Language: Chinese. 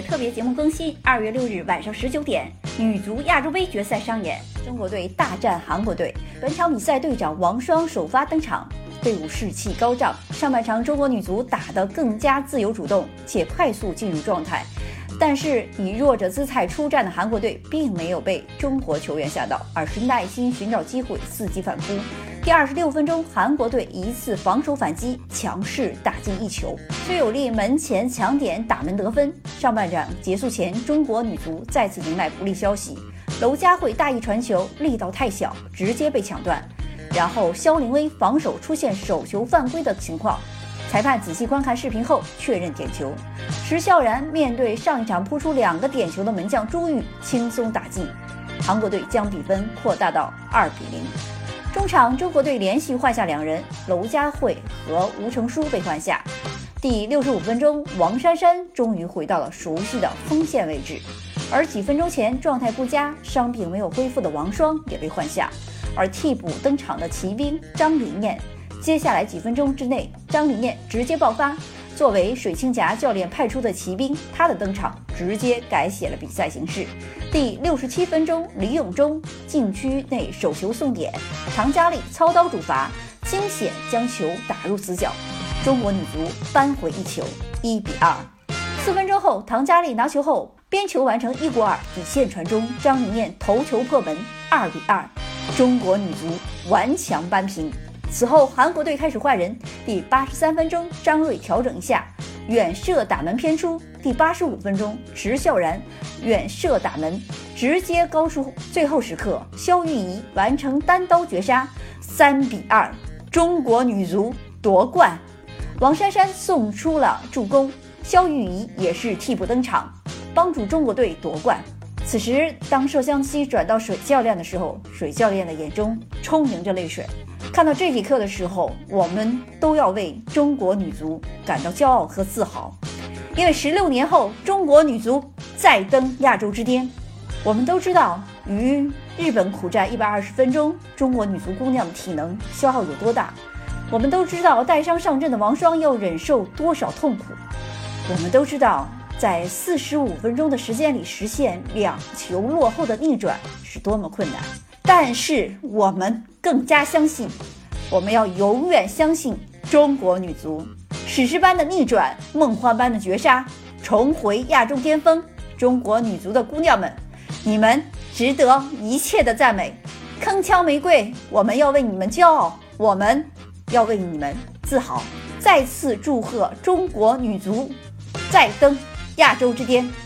特别节目更新，2月6日晚上19点，女足亚洲杯决赛上演，中国队大战韩国队。本场比赛队长王霜首发登场，队伍士气高涨。上半场中国女足打得更加自由主动，且快速进入状态。但是以弱者姿态出战的韩国队并没有被中国球员吓到，而是耐心寻找机会，伺机反扑。第26分钟，韩国队一次防守反击，强势打进一球，崔有利门前抢点打门得分。上半场结束前，中国女足再次迎来不利消息，娄佳慧大意传球力道太小，直接被抢断，然后肖林威防守出现手球犯规的情况。裁判仔细观看视频后确认点球，石孝然面对上一场扑出2个点球的门将朱玉轻松打进，韩国队将比分扩大到2-0。中场中国队连续换下2人，娄佳慧和吴成书被换下。第65分钟，王珊珊终于回到了熟悉的锋线位置，而几分钟前状态不佳、伤病没有恢复的王霜也被换下，而替补登场的骑兵张琳艳。接下来几分钟之内，张琳艳直接爆发。作为水庆霞教练派出的骑兵，她的登场直接改写了比赛形势。第67分钟，李永忠禁区内手球送点，唐佳丽操刀主罚，惊险将球打入死角，中国女足扳回一球，1-2。4分钟后，唐佳丽拿球后边球完成1过2，底线传中，张琳艳头球破门，2-2，中国女足顽强扳平。此后韩国队开始换人，第83分钟张睿调整一下，远射打门偏出。第85分钟石孝然远射打门直接高出，最后时刻肖玉仪完成单刀绝杀，3-2，中国女足夺冠。王珊珊送出了助攻，肖玉仪也是替补登场，帮助中国队夺冠。此时当摄像机转到水教练的时候，水教练的眼中充盈着泪水。看到这一刻的时候，我们都要为中国女足感到骄傲和自豪，因为16年后中国女足再登亚洲之巅。我们都知道与日本苦战120分钟，中国女足姑娘的体能消耗有多大，我们都知道带伤上阵的王霜要忍受多少痛苦，我们都知道在45分钟的时间里实现2球落后的逆转是多么困难。但是我们更加相信，我们要永远相信中国女足，史诗般的逆转，梦幻般的绝杀，重回亚洲巅峰。中国女足的姑娘们，你们值得一切的赞美。铿锵玫瑰，我们要为你们骄傲，我们要为你们自豪。再次祝贺中国女足再登亚洲之巅。